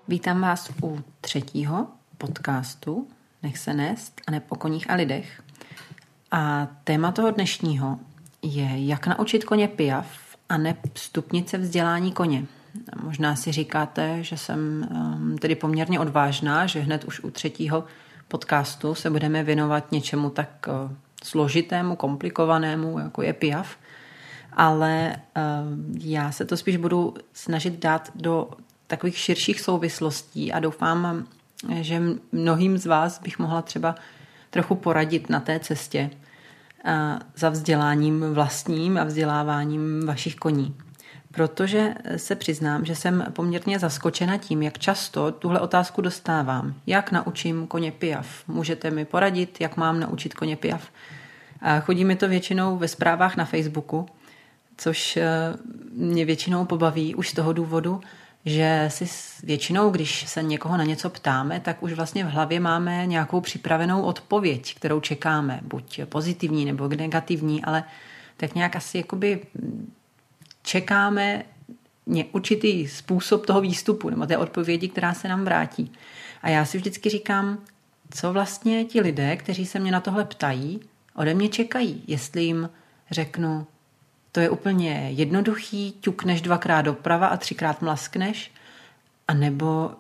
Vítám vás u 3. podcastu Nech se nést a neb o koních a lidech. A téma toho dnešního je, jak naučit koně pijav a neb stupnice vzdělání koně. Možná si říkáte, že jsem tedy poměrně odvážná, že hned už u 3. podcastu se budeme věnovat něčemu tak složitému, komplikovanému, jako je pijav. Ale já se to spíš budu snažit dát do takových širších souvislostí a doufám, že mnohým z vás bych mohla třeba trochu poradit na té cestě za vzděláním vlastním a vzděláváním vašich koní. Protože se přiznám, že jsem poměrně zaskočena tím, jak často tuhle otázku dostávám. Jak naučím koně pijav? Můžete mi poradit, jak mám naučit koně pijav? Chodí mi to většinou ve zprávách na Facebooku, což mě většinou pobaví už z toho důvodu, že si většinou, když se někoho na něco ptáme, tak už vlastně v hlavě máme nějakou připravenou odpověď, kterou čekáme, buď pozitivní nebo negativní, ale tak nějak asi jakoby čekáme určitý způsob toho výstupu nebo té odpovědi, která se nám vrátí. A já si vždycky říkám, co vlastně ti lidé, kteří se mě na tohle ptají, ode mě čekají, jestli jim řeknu, to je úplně jednoduchý, ťukneš 2krát doprava a 3krát mlaskneš, a nebo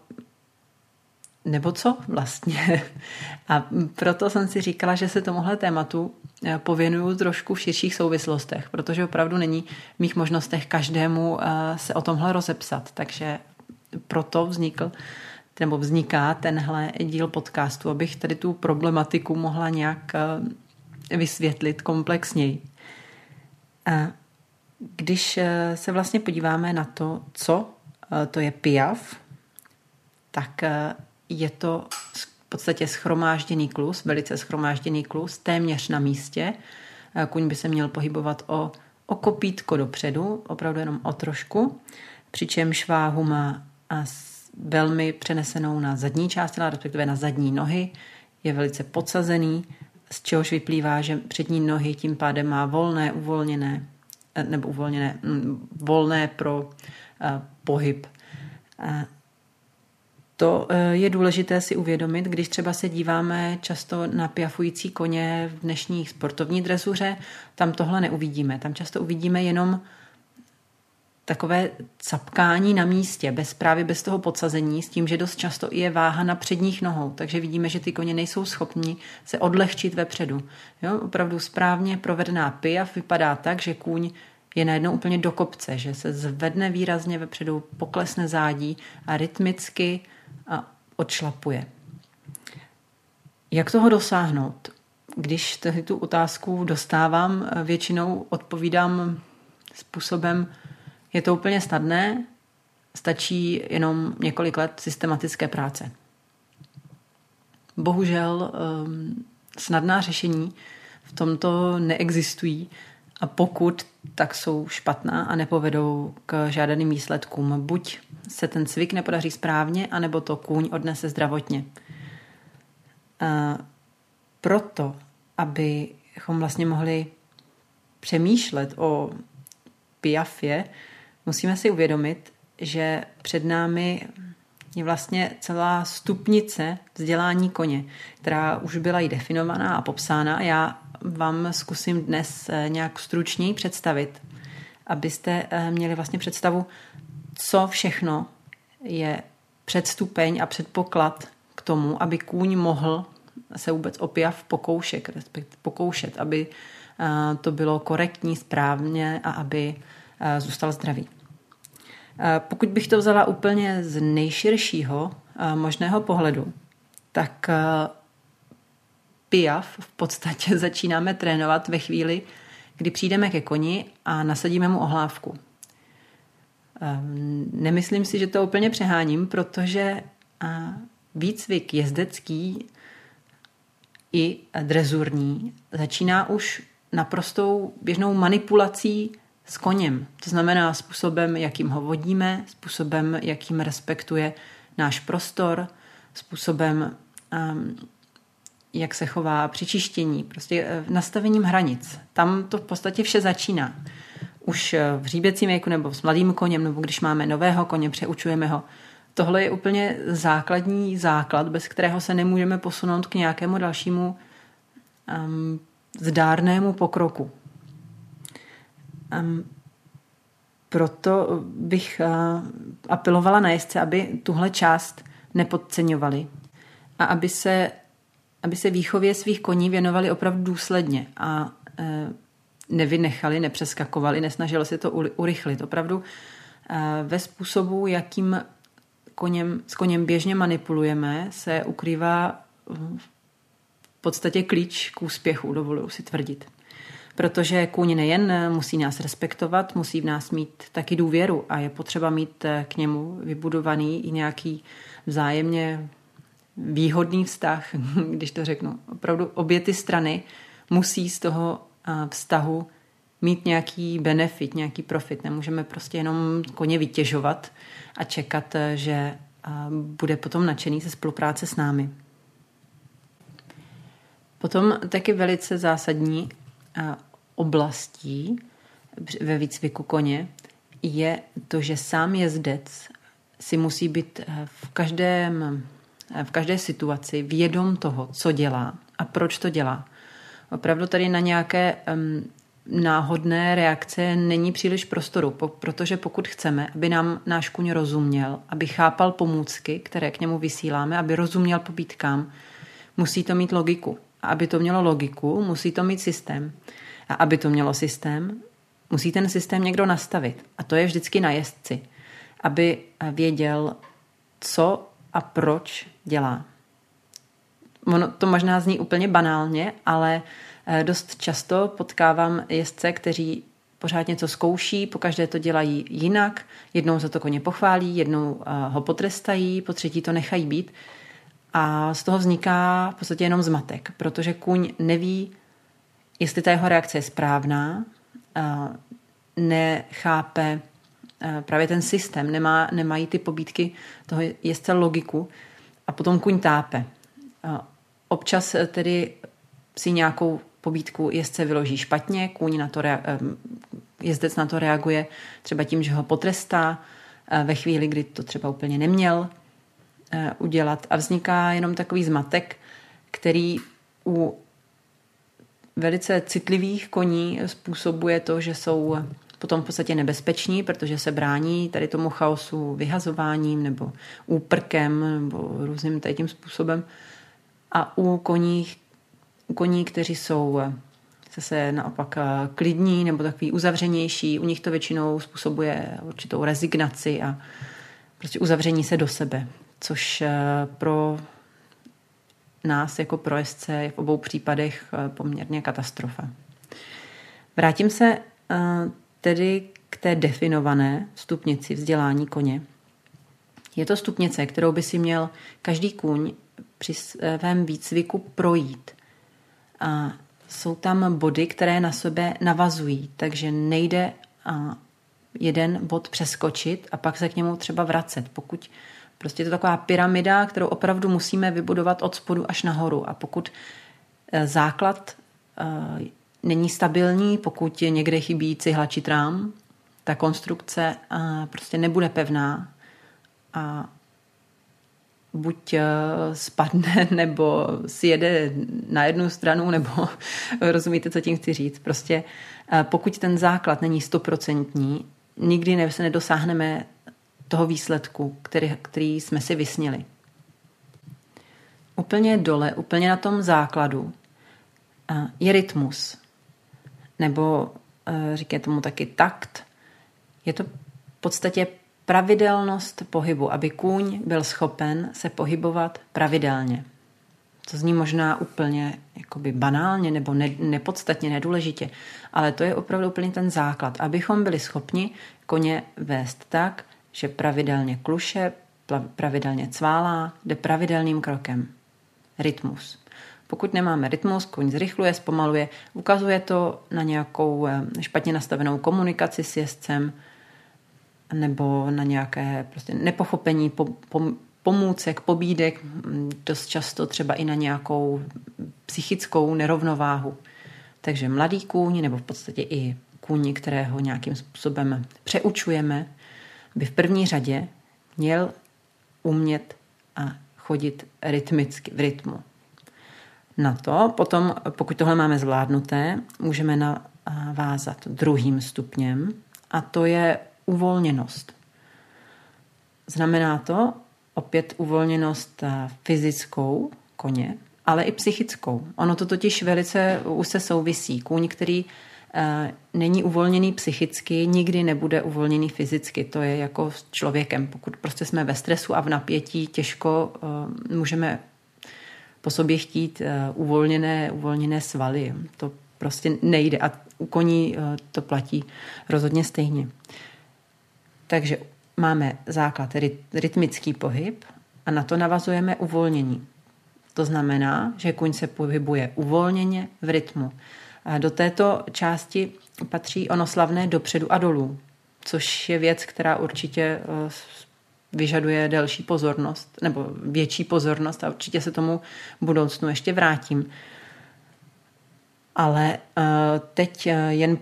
co vlastně. A proto jsem si říkala, že se tomuhle tématu pověnuju trošku v širších souvislostech, protože opravdu není v mých možnostech každému se o tomhle rozepsat. Takže proto vzniká tenhle díl podcastu, abych tady tu problematiku mohla nějak vysvětlit komplexněji. Když se vlastně podíváme na to, co to je pijav, tak je to v podstatě shromážděný klus, velice shromážděný klus, téměř na místě. Kůň by se měl pohybovat o kopítko dopředu, opravdu jenom o trošku, přičemž váhu má velmi přenesenou na zadní část těla, respektive na zadní nohy, je velice podsazený, z čehož vyplývá, že přední nohy tím pádem má volné pro pohyb. To je důležité si uvědomit, když třeba se díváme často na piafující koně v dnešní sportovní dresuře, tam tohle neuvidíme. Tam často uvidíme jenom takové capkání na místě, právě bez toho podsazení, s tím, že dost často je váha na předních nohou, takže vidíme, že ty koně nejsou schopni se odlehčit vepředu. Jo? Opravdu správně provedená pijav vypadá tak, že kůň je najednou úplně do kopce, že se zvedne výrazně vepředu, poklesne zádí a rytmicky odšlapuje. Jak toho dosáhnout? Když tu otázku dostávám, většinou odpovídám způsobem, je to úplně snadné, stačí jenom několik let systematické práce. Bohužel snadná řešení v tomto neexistují a pokud, tak jsou špatná a nepovedou k žádaným výsledkům. Buď se ten cvik nepodaří správně, anebo to kůň odnese zdravotně. Proto, abychom vlastně mohli přemýšlet o piafě, musíme si uvědomit, že před námi je vlastně celá stupnice vzdělání koně, která už byla i definovaná a popsána. Já vám zkusím dnes nějak stručněji představit, abyste měli vlastně představu, co všechno je předstupeň a předpoklad k tomu, aby kůň mohl se vůbec o piaf pokoušet, aby to bylo korektní, správně a aby zůstal zdravý. Pokud bych to vzala úplně z nejširšího možného pohledu, tak piaf v podstatě začínáme trénovat ve chvíli, kdy přijdeme ke koni a nasadíme mu ohlávku. Nemyslím si, že to úplně přeháním, protože výcvik jezdecký i dresurní začíná už naprostou běžnou manipulací s koněm. To znamená způsobem, jakým ho vodíme, způsobem, jakým respektuje náš prostor, způsobem, jak se chová při čištění, prostě nastavením hranic. Tam to v podstatě vše začíná. Už v hříběcím věku nebo s mladým koněm, nebo když máme nového koně, přeučujeme ho, tohle je úplně základní základ, bez kterého se nemůžeme posunout k nějakému dalšímu zdárnému pokroku. Proto bych apelovala na jezdce, aby tuhle část nepodceňovali a aby se výchově svých koní věnovali opravdu důsledně a nevynechali, nepřeskakovali, nesnažili se to urychlit. Opravdu ve způsobu, jakým s koněm běžně manipulujeme, se ukrývá v podstatě klíč k úspěchu, dovoluji si tvrdit. Protože kůň nejen musí nás respektovat, musí v nás mít taky důvěru a je potřeba mít k němu vybudovaný i nějaký vzájemně výhodný vztah, když to řeknu. Opravdu obě ty strany musí z toho vztahu mít nějaký benefit, nějaký profit. Nemůžeme prostě jenom koně vytěžovat a čekat, že bude potom nadšený ze spolupráce s námi. Potom taky velice zásadní oblastí ve výcviku koně je to, že sám jezdec si musí být v každé situaci vědom toho, co dělá a proč to dělá. Opravdu tady na nějaké náhodné reakce není příliš prostoru, protože pokud chceme, aby nám náš kůň rozuměl, aby chápal pomůcky, které k němu vysíláme, aby rozuměl pobídkám, musí to mít logiku. A aby to mělo logiku, musí to mít systém. A aby to mělo systém, musí ten systém někdo nastavit. A to je vždycky na jezdci, aby věděl, co a proč dělá. Ono to možná zní úplně banálně, ale dost často potkávám jezdce, kteří pořád něco zkouší, pokaždé to dělají jinak, jednou za to koně pochválí, jednou ho potrestají, po třetí to nechají být. A z toho vzniká v podstatě jenom zmatek, protože kůň neví, jestli ta jeho reakce je správná, nechápe právě ten systém, nemají ty pobídky toho jezdce logiku a potom kůň tápe. Občas tedy si nějakou pobídku jezdce vyloží špatně, jezdec na to reaguje třeba tím, že ho potrestá ve chvíli, kdy to třeba úplně neměl udělat a vzniká jenom takový zmatek, který u velice citlivých koní způsobuje to, že jsou potom v podstatě nebezpeční, protože se brání tady tomu chaosu vyhazováním nebo úprkem nebo různým tím způsobem. A u koní, kteří jsou zase naopak klidní nebo takový uzavřenější, u nich to většinou způsobuje určitou rezignaci a prostě uzavření se do sebe, což pro nás jako pro jezdce je v obou případech poměrně katastrofa. Vrátím se tedy k té definované stupnici vzdělání koně. Je to stupnice, kterou by si měl každý kůň při svém výcviku projít. A jsou tam body, které na sebe navazují, takže nejde jeden bod přeskočit a pak se k němu třeba vracet. Pokud prostě je to taková pyramida, kterou opravdu musíme vybudovat od spodu až nahoru. A pokud základ není stabilní, pokud někde chybí cihla či trám, ta konstrukce prostě nebude pevná a buď spadne, nebo si jede na jednu stranu, nebo rozumíte, co tím chci říct. Prostě pokud ten základ není 100%, nikdy se nedosáhneme toho výsledku, který jsme si vysnili. Úplně dole, úplně na tom základu je rytmus. Nebo říká tomu taky takt. Je to v podstatě pravidelnost pohybu, aby kůň byl schopen se pohybovat pravidelně. To zní možná úplně jakoby banálně nebo nepodstatně nedůležitě, ale to je opravdu úplně ten základ, abychom byli schopni koně vést tak, že pravidelně kluše, pravidelně cválá, jde pravidelným krokem. Rytmus. Pokud nemáme rytmus, kůň zrychluje, zpomaluje, ukazuje to na nějakou špatně nastavenou komunikaci s jezdcem nebo na nějaké prostě nepochopení pomůcek, pobídek, dost často třeba i na nějakou psychickou nerovnováhu. Takže mladý kůň, nebo v podstatě i kůň, kterého nějakým způsobem přeučujeme, by v první řadě měl umět chodit rytmicky, v rytmu. Na to potom, pokud tohle máme zvládnuté, můžeme navázat druhým stupněm a to je uvolněnost. Znamená to opět uvolněnost fyzickou koně, ale i psychickou. Ono to totiž velice už se souvisí. Kůň, který není uvolněný psychicky, nikdy nebude uvolněný fyzicky. To je jako s člověkem. Pokud prostě jsme ve stresu a v napětí, těžko můžeme po sobě chtít uvolněné svaly. To prostě nejde a u koní to platí rozhodně stejně. Takže máme základ rytmický pohyb a na to navazujeme uvolnění. To znamená, že kůň se pohybuje uvolněně v rytmu. A do této části patří ono slavné dopředu a dolů, což je věc, která určitě vyžaduje delší pozornost nebo větší pozornost a určitě se tomu v budoucnu ještě vrátím. Ale teď jen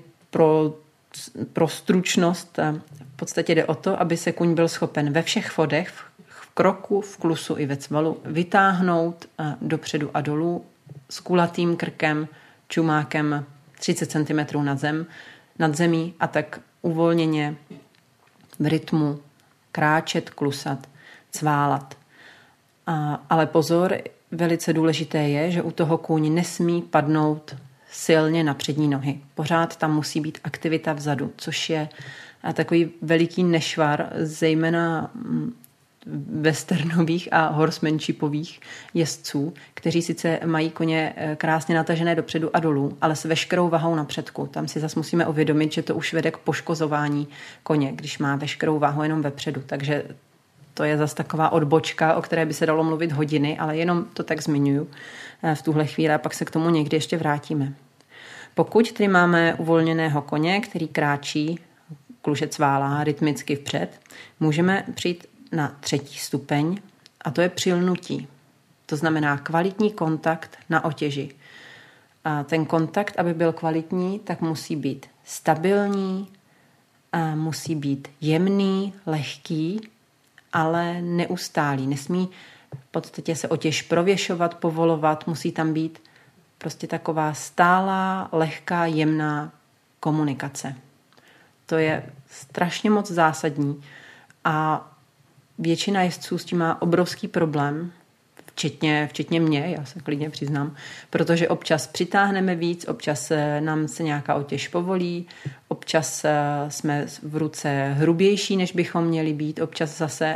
pro stručnost v podstatě jde o to, aby se kůň byl schopen ve všech vodech, v kroku, v klusu i ve cvalu vytáhnout dopředu a dolů s kulatým krkem, čumákem 30 cm nad zemí a tak uvolněně v rytmu kráčet, klusat, cválat. Ale pozor, velice důležité je, že u toho kůň nesmí padnout silně na přední nohy. Pořád tam musí být aktivita vzadu, což je takový veliký nešvar, zejména westernových a horsemanšipových jezdců, kteří sice mají koně krásně natažené dopředu a dolů, ale s veškerou vahou na předku. Tam si zase musíme uvědomit, že to už vede k poškozování koně, když má veškerou váhu jenom vepředu. Takže to je zase taková odbočka, o které by se dalo mluvit hodiny, ale jenom to tak zmiňuju v tuhle chvíli a pak se k tomu někdy ještě vrátíme. Pokud tedy máme uvolněného koně, který kráčí, kluše cválá rytmicky vpřed, můžeme přijít na třetí stupeň a to je přilnutí. To znamená kvalitní kontakt na otěži. A ten kontakt, aby byl kvalitní, tak musí být stabilní, a musí být jemný, lehký, ale neustálý. Nesmí v podstatě se otěž prověšovat, povolovat, musí tam být prostě taková stálá, lehká, jemná komunikace. To je strašně moc zásadní a většina jezdců s tím má obrovský problém, včetně mě, já se klidně přiznám, protože občas přitáhneme víc, občas nám se nějaká otěž povolí, občas jsme v ruce hrubější, než bychom měli být, občas zase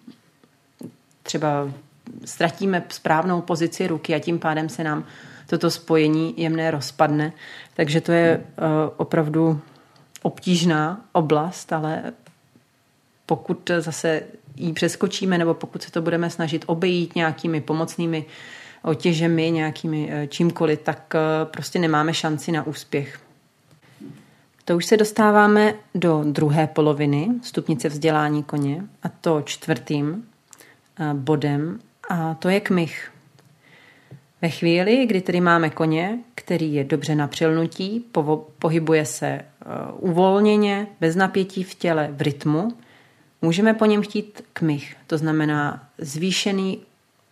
třeba ztratíme správnou pozici ruky a tím pádem se nám toto spojení jemné rozpadne. Takže to je opravdu obtížná oblast, ale pokud zase ji přeskočíme nebo pokud se to budeme snažit obejít nějakými pomocnými otěžemi, nějakými čímkoliv, tak prostě nemáme šanci na úspěch. To už se dostáváme do druhé poloviny stupnice vzdělání koně a to čtvrtým bodem a to je kmich. Ve chvíli, kdy tedy máme koně, který je dobře na přilnutí, pohybuje se uvolněně, bez napětí v těle, v rytmu, můžeme po něm chtít kmich, to znamená zvýšení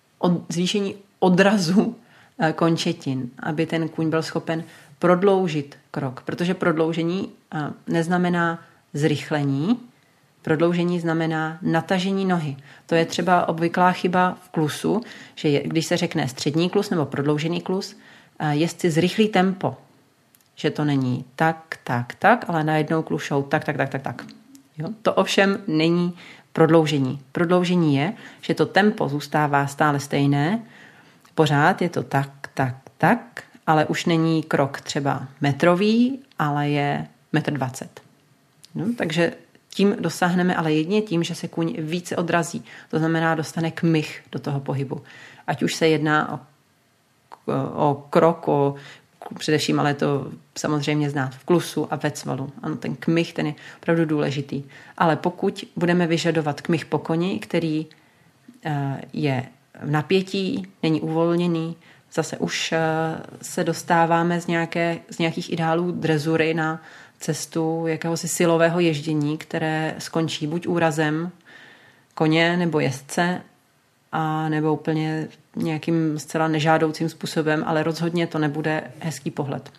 odrazu končetin, aby ten kůň byl schopen prodloužit krok, protože prodloužení neznamená zrychlení, prodloužení znamená natažení nohy. To je třeba obvyklá chyba v klusu, že když se řekne střední klus nebo prodloužený klus, jezdci zrychlí tempo, že to není tak, ale najednou klušou tak. Jo? To ovšem není prodloužení. Prodloužení je, že to tempo zůstává stále stejné, pořád je to tak, ale už není krok třeba metrový, ale je 1,20 m. No, takže tím dosáhneme ale jedině tím, že se kůň více odrazí. To znamená, dostane kmich do toho pohybu. Ať už se jedná o krok, především ale to samozřejmě znát v klusu a ve cvalu. Ano, ten kmich, ten je opravdu důležitý. Ale pokud budeme vyžadovat kmich po koni, který je v napětí, není uvolněný, zase už se dostáváme z nějakých ideálů drezury na cestu jakéhosi silového ježdění, které skončí buď úrazem koně nebo jezdce, a nebo úplně nějakým zcela nežádoucím způsobem, ale rozhodně to nebude hezký pohled.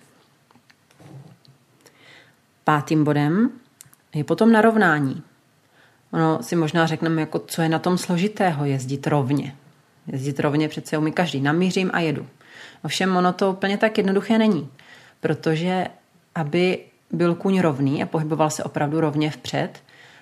5. bodem je potom narovnání. Ono si možná řekneme, jako co je na tom složitého jezdit rovně. Jezdit rovně přece umí každý. Namířím a jedu. Ovšem ono to úplně tak jednoduché není, protože aby byl kůň rovný a pohyboval se opravdu rovně vpřed,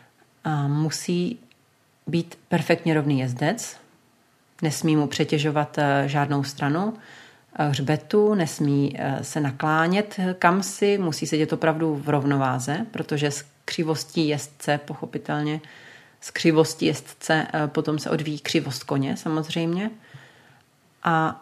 musí být perfektně rovný jezdec, nesmí mu přetěžovat žádnou stranu hřbetu, nesmí se naklánět kamsi, musí sedět opravdu v rovnováze, protože z křivostí jezdce, pochopitelně, z křivosti jezdce potom se odvíjí křivost koně samozřejmě. A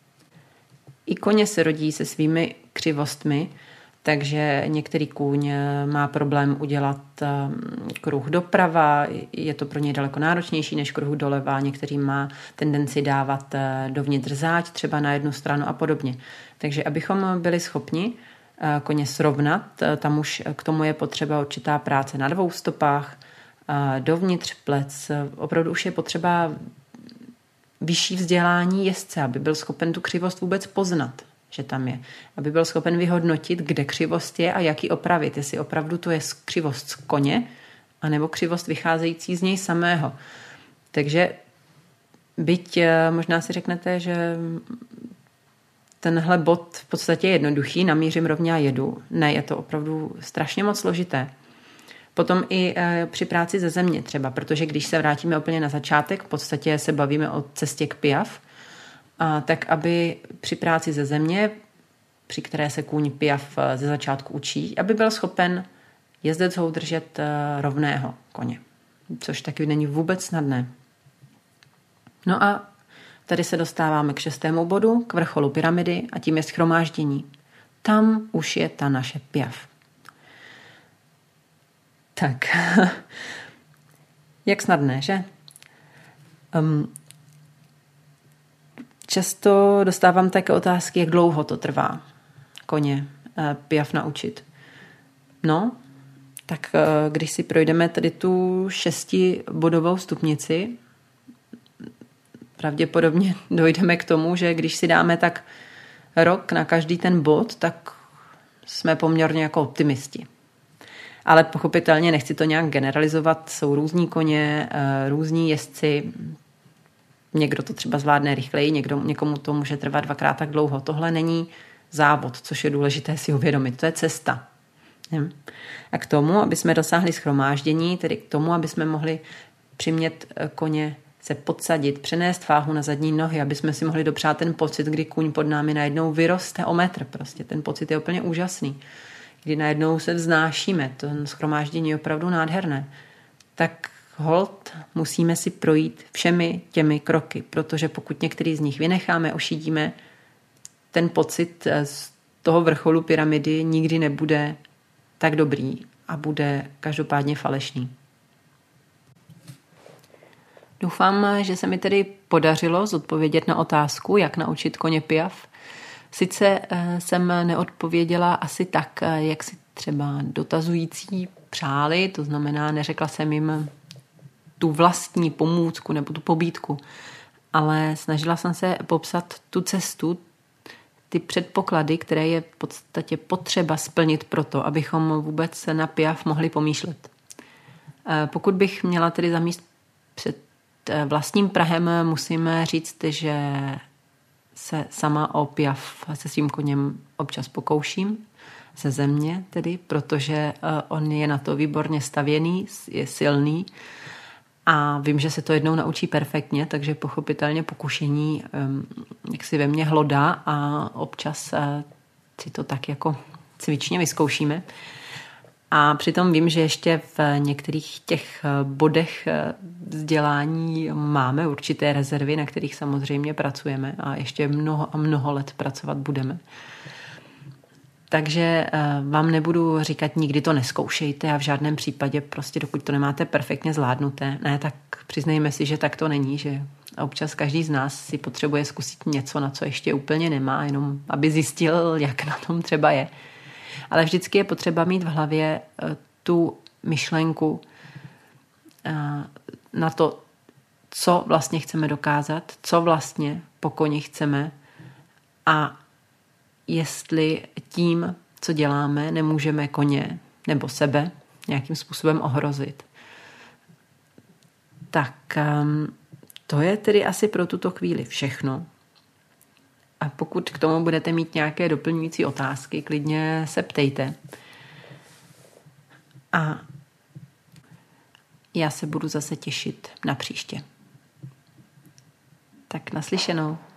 i koně se rodí se svými křivostmi, takže některý kůň má problém udělat kruh doprava, je to pro něj daleko náročnější než kruh doleva, některý má tendenci dávat dovnitř záď třeba na jednu stranu a podobně. Takže abychom byli schopni koně srovnat, tam už k tomu je potřeba určitá práce na 2 stopách, dovnitř plec, opravdu už je potřeba vyšší vzdělání jezdce, aby byl schopen tu křivost vůbec poznat, že tam je. Aby byl schopen vyhodnotit, kde křivost je a jak ji opravit. Jestli opravdu to je křivost z koně, anebo křivost vycházející z něj samého. Takže byť možná si řeknete, že tenhle bod v podstatě je jednoduchý, namířím rovně a jedu. Ne, je to opravdu strašně moc složité. Potom i při práci ze země třeba, protože když se vrátíme úplně na začátek, v podstatě se bavíme o cestě k piaf, tak aby při práci ze země, při které se kůň piaf ze začátku učí, aby byl schopen jezdec ho udržet rovného koně, což taky není vůbec snadné. No a tady se dostáváme k 6. bodu, k vrcholu pyramidy a tím je shromáždění. Tam už je ta naše piaf. Tak, jak snadné, že? Často dostávám také otázky, jak dlouho to trvá koně piaf naučit. No, tak když si projdeme tady tu 6bodovou stupnici, pravděpodobně dojdeme k tomu, že když si dáme tak rok na každý ten bod, tak jsme poměrně jako optimisti. Ale pochopitelně nechci to nějak generalizovat, jsou různí koně, různí jezdci, někdo to třeba zvládne rychleji, někomu to může trvat 2krát tak dlouho. Tohle není závod, což je důležité si uvědomit, to je cesta. A k tomu, aby jsme dosáhli shromáždění, tedy k tomu, aby jsme mohli přimět koně se podsadit, přenést váhu na zadní nohy, aby jsme si mohli dopřát ten pocit, kdy kůň pod námi najednou vyroste o metr. Prostě ten pocit je úplně úžasný. Kdy najednou se vznášíme, to shromáždění je opravdu nádherné, tak holt musíme si projít všemi těmi kroky, protože pokud některý z nich vynecháme, ošidíme, ten pocit z toho vrcholu pyramidy nikdy nebude tak dobrý a bude každopádně falešný. Doufám, že se mi tedy podařilo zodpovědět na otázku, jak naučit koně piaf. Sice jsem neodpověděla asi tak, jak si třeba dotazující přáli, to znamená, neřekla jsem jim tu vlastní pomůcku nebo tu pobídku, ale snažila jsem se popsat tu cestu, ty předpoklady, které je v podstatě potřeba splnit proto, abychom vůbec na piaf mohli pomýšlet. Pokud bych měla tedy zamíst před vlastním prahem, musím říct, že se sama o piaf se svým koněm občas pokouším, ze země tedy, protože on je na to výborně stavěný, je silný a vím, že se to jednou naučí perfektně, takže pochopitelně pokušení jak si ve mně hlodá a občas si to tak jako cvičně vyzkoušíme. A přitom vím, že ještě v některých těch bodech vzdělání máme určité rezervy, na kterých samozřejmě pracujeme a ještě mnoho a mnoho let pracovat budeme. Takže vám nebudu říkat, nikdy to neskoušejte a v žádném případě prostě dokud to nemáte perfektně zvládnuté. Ne, tak přiznejme si, že tak to není, že občas každý z nás si potřebuje zkusit něco, na co ještě úplně nemá, jenom aby zjistil, jak na tom třeba je. Ale vždycky je potřeba mít v hlavě tu myšlenku na to, co vlastně chceme dokázat, co vlastně po koni chceme a jestli tím, co děláme, nemůžeme koně nebo sebe nějakým způsobem ohrozit. Tak to je tedy asi pro tuto chvíli všechno. A pokud k tomu budete mít nějaké doplňující otázky, klidně se ptejte. A já se budu zase těšit na příště. Tak naslyšenou.